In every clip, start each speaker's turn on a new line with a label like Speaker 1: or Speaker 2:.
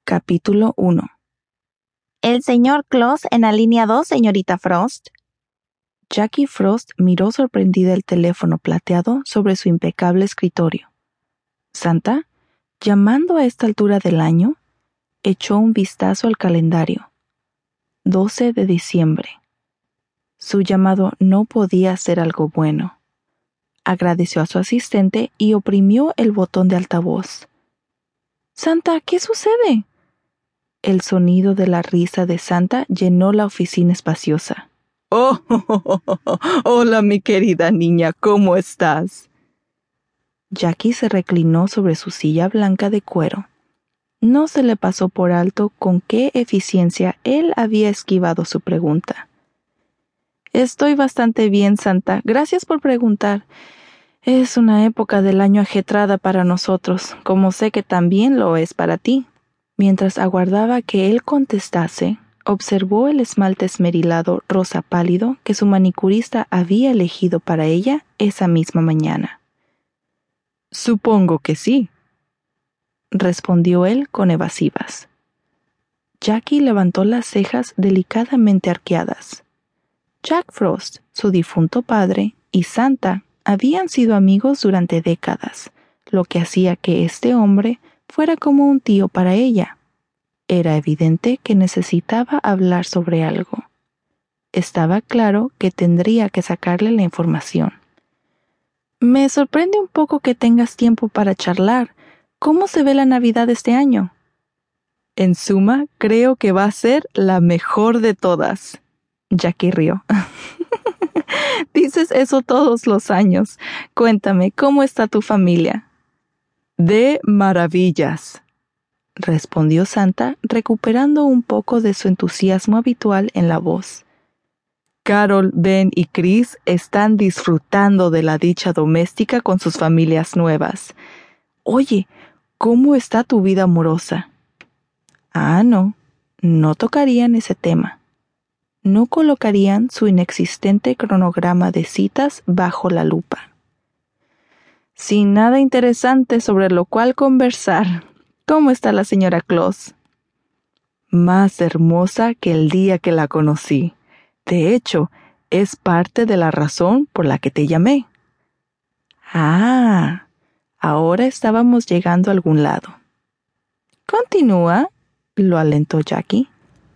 Speaker 1: Capítulo 1.
Speaker 2: El señor Claus en la línea 2, señorita Frost.
Speaker 1: Jackie Frost miró sorprendida el teléfono plateado sobre su impecable escritorio. ¿Santa? ¿Llamando a esta altura del año? Echó un vistazo al calendario. 12 de diciembre. Su llamado no podía ser algo bueno. Agradeció a su asistente y oprimió el botón de altavoz. «Santa, ¿qué sucede?» El sonido de la risa de Santa llenó la oficina espaciosa.
Speaker 3: ¡Oh! Hola, mi querida niña, ¿cómo estás?
Speaker 1: Jackie se reclinó sobre su silla blanca de cuero. No se le pasó por alto con qué eficiencia él había esquivado su pregunta. «Estoy bastante bien, Santa. Gracias por preguntar. Es una época del año ajetrada para nosotros, como sé que también lo es para ti». Mientras aguardaba que él contestase, observó el esmalte esmerilado rosa pálido que su manicurista había elegido para ella esa misma mañana.
Speaker 3: «Supongo que sí»,
Speaker 1: respondió él con evasivas. Jackie levantó las cejas delicadamente arqueadas. Jack Frost, su difunto padre, y Santa habían sido amigos durante décadas, lo que hacía que este hombre fuera como un tío para ella. Era evidente que necesitaba hablar sobre algo. Estaba claro que tendría que sacarle la información. «Me sorprende un poco que tengas tiempo para charlar. ¿Cómo se ve la Navidad este año?»
Speaker 3: «En suma, creo que va a ser la mejor de todas».
Speaker 1: Jackie rió. «Dices eso todos los años. Cuéntame, ¿cómo está tu familia?»
Speaker 3: «De maravillas»,
Speaker 1: respondió Santa, recuperando un poco de su entusiasmo habitual en la voz.
Speaker 3: «Carol, Ben y Chris están disfrutando de la dicha doméstica con sus familias nuevas. Oye, ¿cómo está tu vida amorosa?»
Speaker 1: «Ah, no tocarían ese tema. No colocarían su inexistente cronograma de citas bajo la lupa. Sin nada interesante sobre lo cual conversar. ¿Cómo está la señora Claus?»
Speaker 3: «Más hermosa que el día que la conocí. De hecho, es parte de la razón por la que te llamé».
Speaker 1: «Ah, ahora estábamos llegando a algún lado». «Continúa», lo alentó Jackie.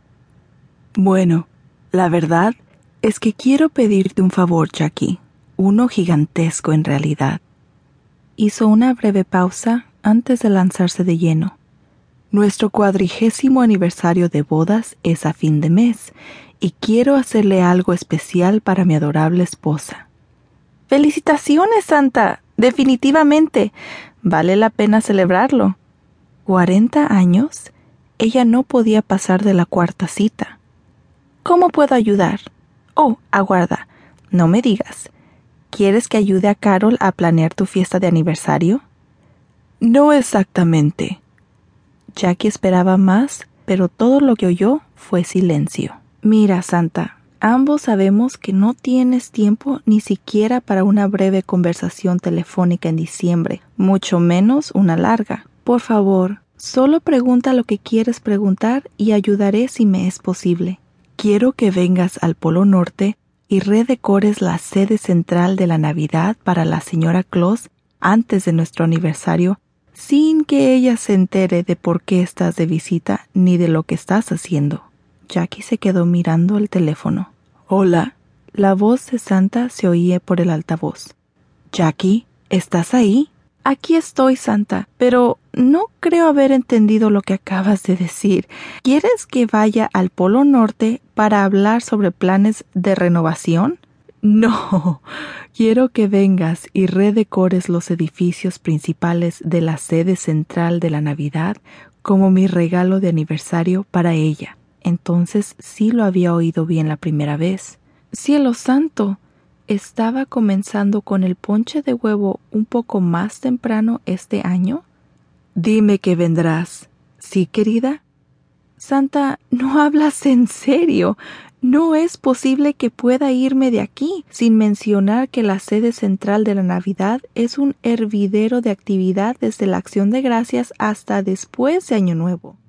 Speaker 3: «Bueno, la verdad es que quiero pedirte un favor, Jackie. Uno gigantesco en realidad».
Speaker 1: Hizo una breve pausa antes de lanzarse de lleno.
Speaker 3: «Nuestro 40º aniversario de bodas es a fin de mes y quiero hacerle algo especial para mi adorable esposa».
Speaker 1: «¡Felicitaciones, Santa! Definitivamente. Vale la pena celebrarlo. 40 años. Ella no podía pasar de la cuarta cita. ¿Cómo puedo ayudar? Oh, aguarda. No me digas. ¿Quieres que ayude a Carol a planear tu fiesta de aniversario?»
Speaker 3: «No exactamente».
Speaker 1: Jackie esperaba más, pero todo lo que oyó fue silencio. «Mira, Santa, ambos sabemos que no tienes tiempo ni siquiera para una breve conversación telefónica en diciembre, mucho menos una larga. Por favor, solo pregunta lo que quieres preguntar y ayudaré si me es posible».
Speaker 3: «Quiero que vengas al Polo Norte y redecores la sede central de la Navidad para la señora Claus antes de nuestro aniversario, sin que ella se entere de por qué estás de visita ni de lo que estás haciendo».
Speaker 1: Jackie se quedó mirando el teléfono.
Speaker 3: «Hola».
Speaker 1: La voz de Santa se oía por el altavoz.
Speaker 3: «Jackie, ¿estás ahí?»
Speaker 1: «Aquí estoy, Santa, pero no creo haber entendido lo que acabas de decir. ¿Quieres que vaya al Polo Norte para hablar sobre planes de renovación?»
Speaker 3: «No, quiero que vengas y redecores los edificios principales de la sede central de la Navidad como mi regalo de aniversario para ella».
Speaker 1: Entonces sí lo había oído bien la primera vez. «¡Cielo santo! ¿Estaba comenzando con el ponche de huevo un poco más temprano este año?»
Speaker 3: «Dime que vendrás. ¿Sí, querida?»
Speaker 1: «Santa, ¿no hablas en serio? No es posible que pueda irme de aquí sin mencionar que la sede central de la Navidad es un hervidero de actividad desde la Acción de Gracias hasta después de Año Nuevo».